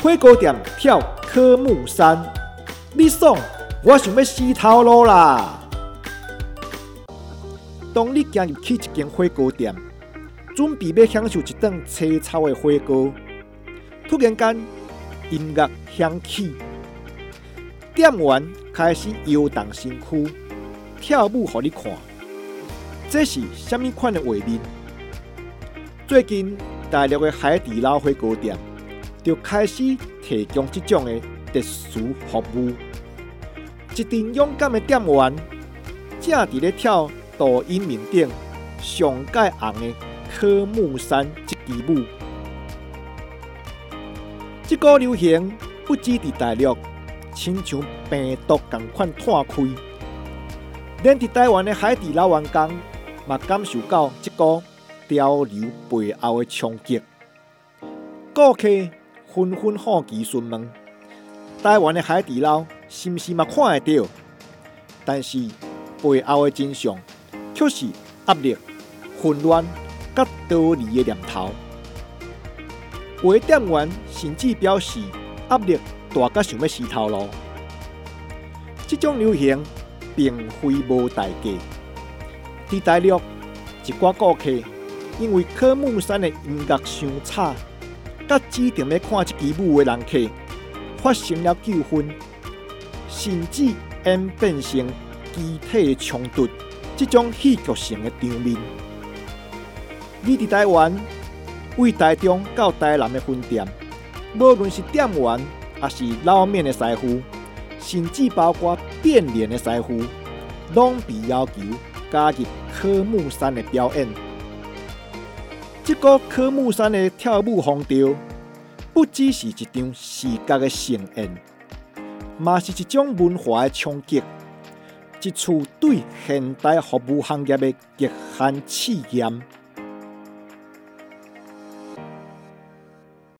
火锅店跳科目三，你爽，我想要死头路啦！当你行入去一间火锅店，准备要享受一顿青草的火锅，突然间音乐响起，店员开始摇动身躯，跳舞给你看。这是什么款的画面？最近大陆的海底捞火锅店就开始提供这种的特殊服务。一群勇敢的店员正伫咧跳抖音面顶上界红的科目三这支舞。这股流行不止伫大陆，亲像病毒同款拓开。连伫台湾的海底捞员工嘛感受到这股潮流背后的冲击。顾客纷纷好奇询问：台湾的海底捞是毋是嘛看会到？但是背后的真相却是压力、混乱、甲逃离的念头。有的店员甚至表示压力大到想要死头路。这种流行并非无代价。在大陆，一寡顾客因为科目三的音乐伤吵，甲指定要看这支舞的人客发生了纠纷，甚至演变成肢体冲突，这种戏剧性的场面。你伫台湾，为台中到台南的分店，无论是店员还是捞面的师傅，甚至包括变脸的师傅，拢被要求加入科目三的表演。这个科目三的跳舞风潮，不只是一场视觉的盛宴，嘛是一种文化的冲击，一处对现代服务行业的极限试验。